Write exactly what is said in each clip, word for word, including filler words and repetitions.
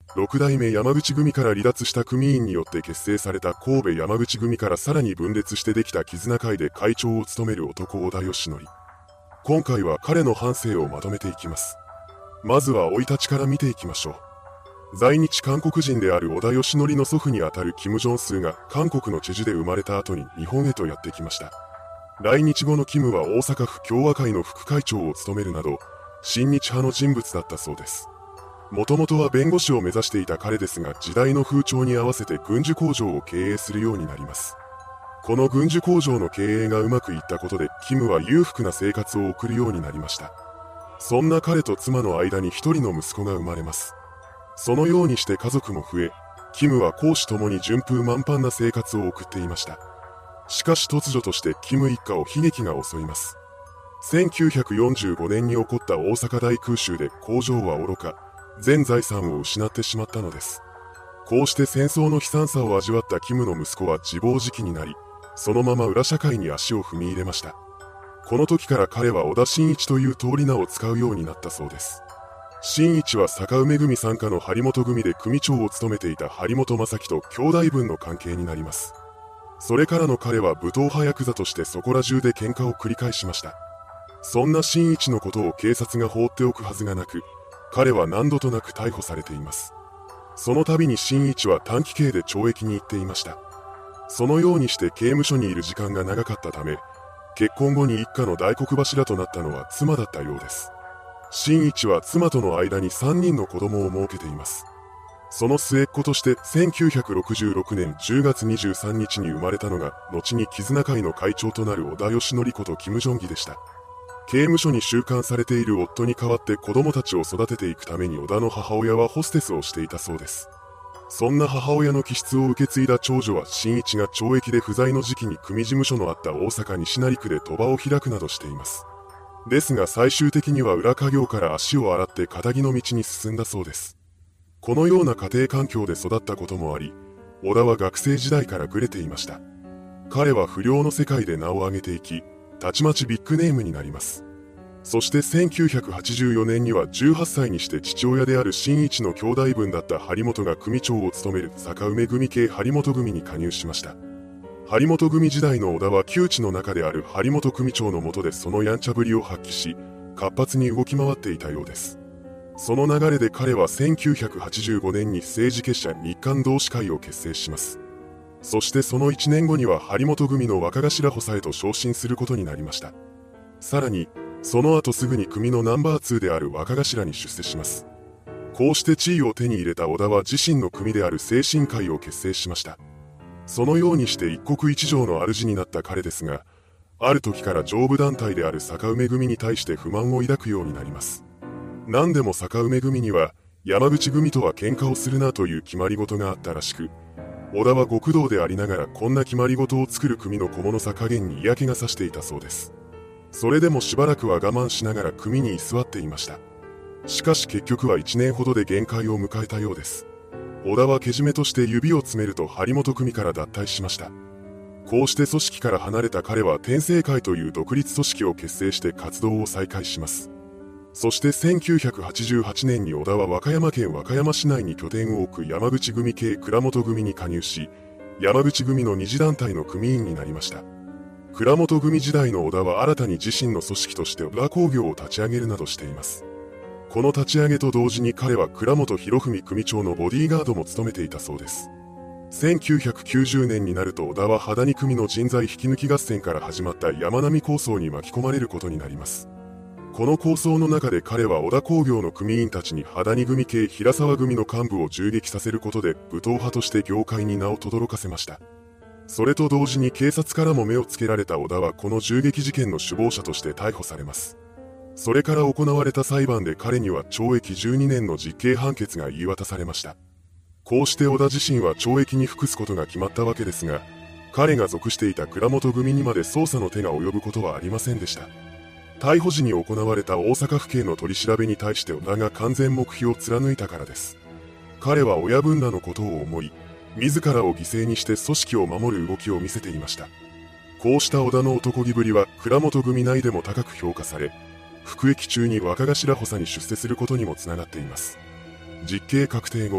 六代目山口組から離脱した組員によって結成された神戸山口組からさらに分裂してできた絆会で会長を務める男小田義則。今回は彼の半生をまとめていきます。まずは生い立ちから見ていきましょう。在日韓国人である小田義則の祖父にあたるキム・ジョンスーが韓国のチェジュで生まれた後に日本へとやってきました。来日後のキムは大阪府共和会の副会長を務めるなど、親日派の人物だったそうです。もともとは弁護士を目指していた彼ですが、時代の風潮に合わせて軍需工場を経営するようになります。この軍需工場の経営がうまくいったことで、キムは裕福な生活を送るようになりました。そんな彼と妻の間に一人の息子が生まれます。そのようにして家族も増え、キムは公私ともに順風満帆な生活を送っていました。しかし突如としてキム一家を悲劇が襲います。せんきゅうひゃくよんじゅうごねんに起こった大阪大空襲で工場は愚か、全財産を失ってしまったのです。こうして戦争の悲惨さを味わったキムの息子は自暴自棄になり、そのまま裏社会に足を踏み入れました。この時から彼は小田真一という通り名を使うようになったそうです。真一は坂梅組傘下の張本組で組長を務めていた張本正樹と兄弟分の関係になります。それからの彼は武闘派ヤクザとしてそこら中で喧嘩を繰り返しました。そんな真一のことを警察が放っておくはずがなく、彼は何度となく逮捕されています。その度に真一は短期刑で懲役に行っていました。そのようにして刑務所にいる時間が長かったため、結婚後に一家の大黒柱となったのは妻だったようです。真一は妻との間にさんにんの子供を設けています。その末っ子としてせんきゅうひゃくろくじゅうろくねんじゅうがつにじゅうさんにちに生まれたのが、後に絆会の会長となる小田義則ことキム・ジョンギでした。刑務所に収監されている夫に代わって子供たちを育てていくために小田の母親はホステスをしていたそうです。そんな母親の気質を受け継いだ長女は真一が懲役で不在の時期に組事務所のあった大阪西成区で賭場を開くなどしています。ですが最終的には裏稼業から足を洗って堅気の道に進んだそうです。このような家庭環境で育ったこともあり、小田は学生時代からグレていました。彼は不良の世界で名を上げていき、たちまちビッグネームになります。そしてせんきゅうひゃくはちじゅうよねんにはじゅうはっさいにして父親である真一の兄弟分だった張本が組長を務める坂梅組系張本組に加入しました。張本組時代の小田は旧知の中である張本組長の下でそのやんちゃぶりを発揮し、活発に動き回っていたようです。その流れで彼はせんきゅうひゃくはちじゅうごねんに政治結社日韓同志会を結成します。そしてそのいちねんごには張本組の若頭補佐へと昇進することになりました。さらに、その後すぐに組のナンバーツーである若頭に出世します。こうして地位を手に入れた小田は自身の組である精神会を結成しました。そのようにして一国一城の主になった彼ですが、ある時から上部団体である坂梅組に対して不満を抱くようになります。何でも坂梅組には山口組とは喧嘩をするなという決まり事があったらしく、小田は極道でありながらこんな決まり事を作る組の小物さ加減に嫌気がさしていたそうです。それでもしばらくは我慢しながら組に居座っていました。しかし結局はいちねんほどで限界を迎えたようです。小田はけじめとして指を詰めると張本組から脱退しました。こうして組織から離れた彼は天聖会という独立組織を結成して活動を再開します。そしてせんきゅうひゃくはちじゅうはちねんに小田は和歌山県和歌山市内に拠点を置く山口組系倉本組に加入し、山口組の二次団体の組員になりました。倉本組時代の小田は新たに自身の組織として小田工業を立ち上げるなどしています。この立ち上げと同時に彼は倉本博文組長のボディーガードも務めていたそうです。せんきゅうひゃくきゅうじゅうねんになると小田は肌に組の人材引き抜き合戦から始まった山並構想に巻き込まれることになります。この構想の中で彼は小田工業の組員たちに肌に組系平沢組の幹部を銃撃させることで武闘派として業界に名を轟かせました。それと同時に警察からも目をつけられた小田はこの銃撃事件の首謀者として逮捕されます。それから行われた裁判で彼には懲役じゅうにねんの実刑判決が言い渡されました。こうして小田自身は懲役に服すことが決まったわけですが、彼が属していた倉本組にまで捜査の手が及ぶことはありませんでした。逮捕時に行われた大阪府警の取り調べに対して小田が完全黙秘を貫いたからです。彼は親分らのことを思い、自らを犠牲にして組織を守る動きを見せていました。こうした小田の男気ぶりは倉本組内でも高く評価され、服役中に若頭補佐に出世することにもつながっています。実刑確定後、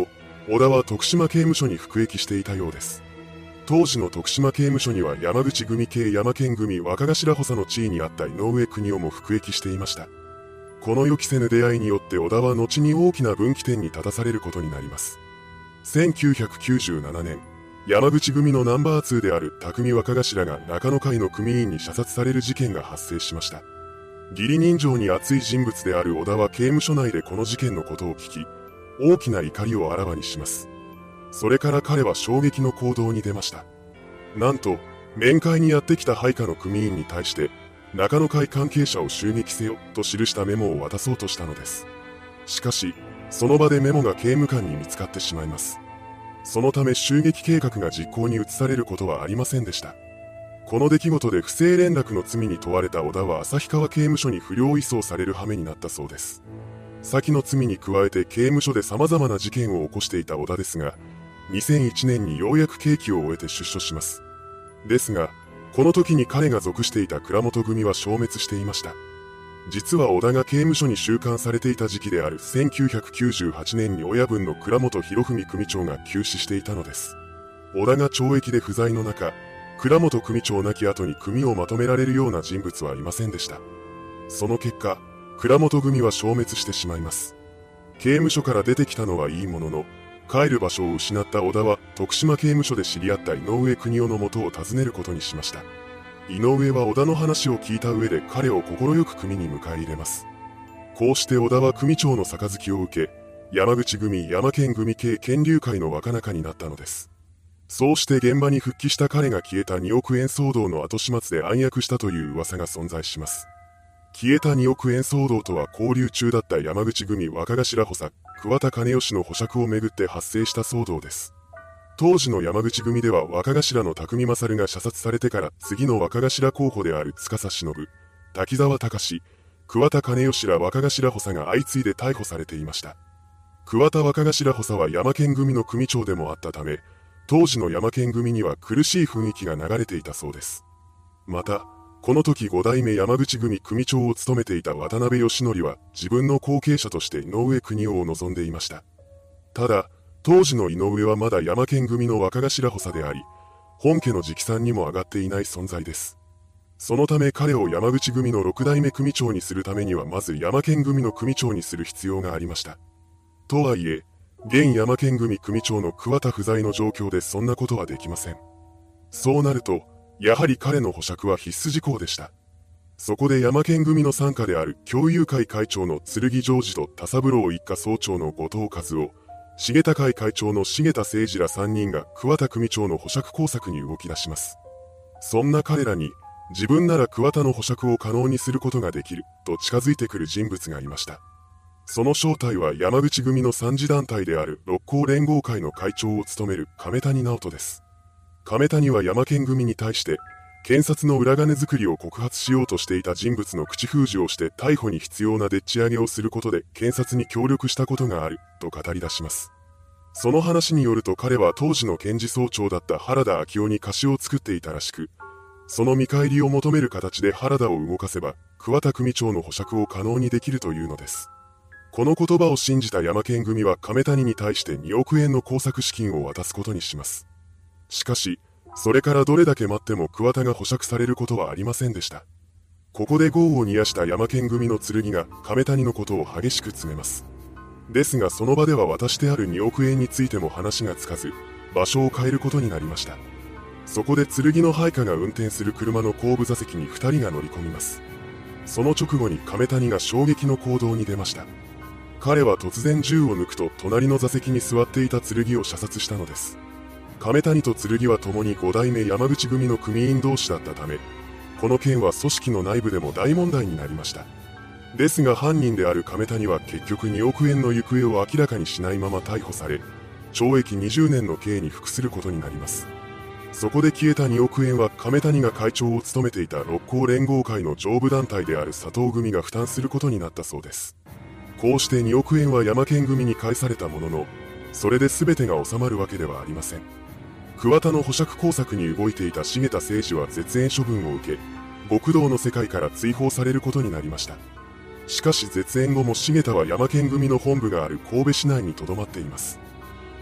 小田は徳島刑務所に服役していたようです。当時の徳島刑務所には山口組系山県組若頭補佐の地位にあった井上邦夫も服役していました。この予期せぬ出会いによって小田は後に大きな分岐点に立たされることになります。せんきゅうひゃくきゅうじゅうななねん、山口組のナンバーツーである匠若頭が中野会の組員に射殺される事件が発生しました。義理人情に熱い人物である小田は刑務所内でこの事件のことを聞き、大きな怒りをあらわにします。それから彼は衝撃の行動に出ました。なんと、面会にやってきた配下の組員に対して、中野会関係者を襲撃せよと記したメモを渡そうとしたのです。しかし、その場でメモが刑務官に見つかってしまいます。そのため襲撃計画が実行に移されることはありませんでした。この出来事で不正連絡の罪に問われた小田は旭川刑務所に不良移送される羽目になったそうです。先の罪に加えて刑務所で様々な事件を起こしていた小田ですが、にせんいちねんにようやく刑期を終えて出所します。ですが、この時に彼が属していた倉本組は消滅していました。実は小田が刑務所に収監されていた時期であるせんきゅうひゃくきゅうじゅうはちねんに親分の倉本博文組長が急死していたのです。小田が懲役で不在の中、倉本組長亡き後に組をまとめられるような人物はいませんでした。その結果、倉本組は消滅してしまいます。刑務所から出てきたのはいいものの、帰る場所を失った小田は徳島刑務所で知り合った井上邦夫の元を訪ねることにしました。井上は小田の話を聞いた上で彼を快く組に迎え入れます。こうして小田は組長の杯を受け、山口組山県組系剣竜会の若仲になったのです。そうして現場に復帰した彼が消えたにおくえん騒動の後始末で暗躍したという噂が存在します。消えたにおくえん騒動とは勾留中だった山口組若頭補佐、桑田兼義の保釈をめぐって発生した騒動です。当時の山口組では若頭の匠勝が射殺されてから次の若頭候補である司忍、滝沢隆、桑田兼義ら若頭補佐が相次いで逮捕されていました。桑田若頭補佐は山県組の組長でもあったため、当時の山県組には苦しい雰囲気が流れていたそうです。また、この時ご代目山口組組長を務めていた渡辺義則は自分の後継者として井上邦夫を望んでいました。ただ、当時の井上はまだ山県組の若頭補佐であり、本家の直参にも上がっていない存在です。そのため彼を山口組のろく代目組長にするためにはまず山県組の組長にする必要がありました。とはいえ、現山県組組長の桑田不在の状況でそんなことはできません。そうなると、やはり彼の保釈は必須事項でした。そこで山県組の傘下である共友会会長の剣ジョージと田三郎一家総長の後藤和夫、重田会会長の重田誠二らさんにんが桑田組長の保釈工作に動き出します。そんな彼らに、自分なら桑田の保釈を可能にすることができる、と近づいてくる人物がいました。その正体は山口組の三次団体である六甲連合会の会長を務める亀谷直人です。亀谷は山県組に対して、検察の裏金作りを告発しようとしていた人物の口封じをして逮捕に必要なでっち上げをすることで検察に協力したことがある、と語り出します。その話によると彼は当時の検事総長だった原田昭夫に貸しを作っていたらしく、その見返りを求める形で原田を動かせば、桑田組長の保釈を可能にできるというのです。この言葉を信じた山県組は亀谷に対してにおくえんの工作資金を渡すことにします。しかし、それからどれだけ待っても桑田が保釈されることはありませんでした。ここで業を煮やした山県組の剣が亀谷のことを激しく詰めます。ですがその場では渡してあるにおくえんについても話がつかず、場所を変えることになりました。そこで剣の配下が運転する車の後部座席にふたりが乗り込みます。その直後に亀谷が衝撃の行動に出ました。彼は突然銃を抜くと隣の座席に座っていた剣を射殺したのです。亀谷と剣は共にご代目山口組の組員同士だったため、この件は組織の内部でも大問題になりました。ですが犯人である亀谷は結局におくえんの行方を明らかにしないまま逮捕され、懲役にじゅうねんの刑に服することになります。そこで消えたにおくえんは亀谷が会長を務めていた六甲連合会の上部団体である佐藤組が負担することになったそうです。こうしてにおくえんは山県組に返されたものの、それで全てが収まるわけではありません。桑田の保釈工作に動いていた重田誠二は絶縁処分を受け、極道の世界から追放されることになりました。しかし絶縁後も重田は山県組の本部がある神戸市内に留まっています。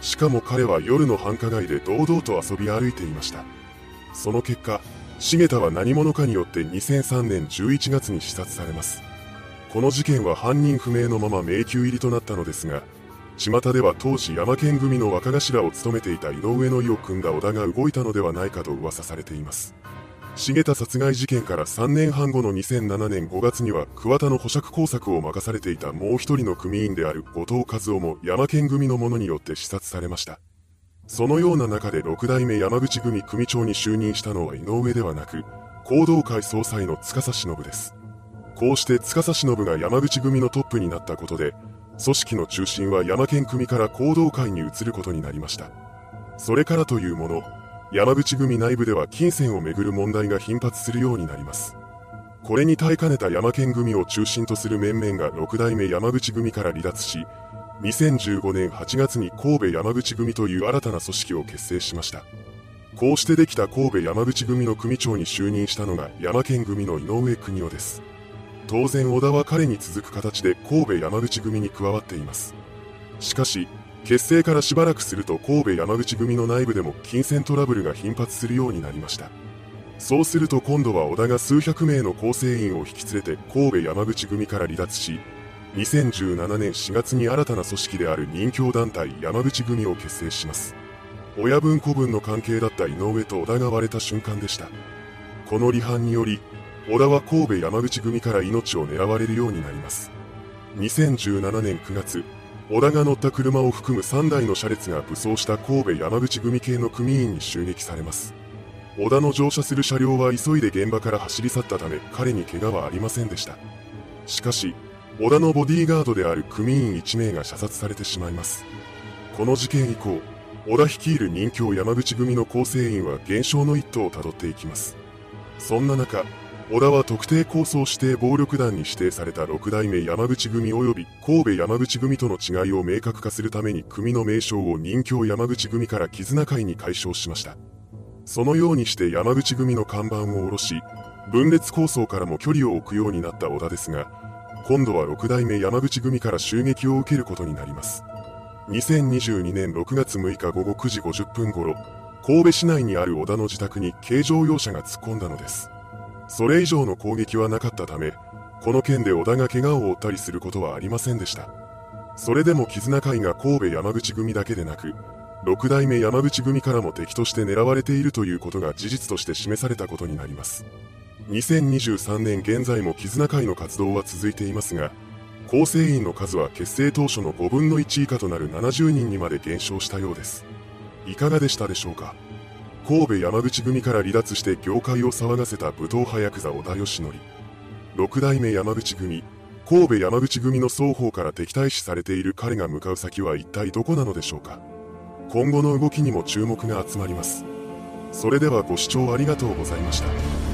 しかも彼は夜の繁華街で堂々と遊び歩いていました。その結果、重田は何者かによってにせんさんねんじゅういちがつに刺殺されます。この事件は犯人不明のまま迷宮入りとなったのですが、巷では当時山県組の若頭を務めていた井上の意を組んだ織田が動いたのではないかと噂されています。重田殺害事件からさんねんはん後のにせんななねんごがつには桑田の保釈工作を任されていたもう一人の組員である後藤和夫も山県組の者によって刺殺されました。そのような中で六代目山口組組長に就任したのは井上ではなく、弘道会総裁の司忍です。こうして司忍が山口組のトップになったことで、組織の中心は山県組から弘道会に移ることになりました。それからというもの、山口組内部では金銭をめぐる問題が頻発するようになります。これに耐えかねた山県組を中心とする面々が六代目山口組から離脱し、にせんじゅうごねんはちがつに神戸山口組という新たな組織を結成しました。こうしてできた神戸山口組の組長に就任したのが山県組の井上邦夫です。当然織田は彼に続く形で神戸山口組に加わっています。しかし、結成からしばらくすると神戸山口組の内部でも金銭トラブルが頻発するようになりました。そうすると今度は織田が数百名の構成員を引き連れて神戸山口組から離脱し、にせんじゅうななねんしがつに新たな組織である任教団体山口組を結成します。親分子分の関係だった井上と織田が割れた瞬間でした。この離反により、織田は神戸山口組から命を狙われるようになります。にせんじゅうななねんくがつ、織田が乗った車を含むさんだいの車列が武装した神戸山口組系の組員に襲撃されます。織田の乗車する車両は急いで現場から走り去ったため彼に怪我はありませんでした。しかし、織田のボディーガードである組員いちめいが射殺されてしまいます。この事件以降、織田率いる任教山口組の構成員は減少の一途をたどっていきます。そんな中、織田は特定抗争指定暴力団に指定された六代目山口組及び神戸山口組との違いを明確化するために組の名称を任教山口組から絆会に改称しました。そのようにして山口組の看板を下ろし、分裂抗争からも距離を置くようになった織田ですが、今度は六代目山口組から襲撃を受けることになります。にせんにじゅうにねんろくがつむいかごごくじごじゅっぷん頃、神戸市内にある織田の自宅に軽乗用車が突っ込んだのです。それ以上の攻撃はなかったため、この件で織田が怪我を負ったりすることはありませんでした。それでも絆会が神戸山口組だけでなく、六代目山口組からも敵として狙われているということが事実として示されたことになります。にせんにじゅうさんねん現在も絆会の活動は続いていますが、構成員の数は結成当初のごぶんのいち以下となるななじゅうにんにまで減少したようです。いかがでしたでしょうか。神戸山口組から離脱して業界を騒がせた武闘派ヤクザ織田義則。六代目山口組、神戸山口組の双方から敵対視されている彼が向かう先は一体どこなのでしょうか。今後の動きにも注目が集まります。それではご視聴ありがとうございました。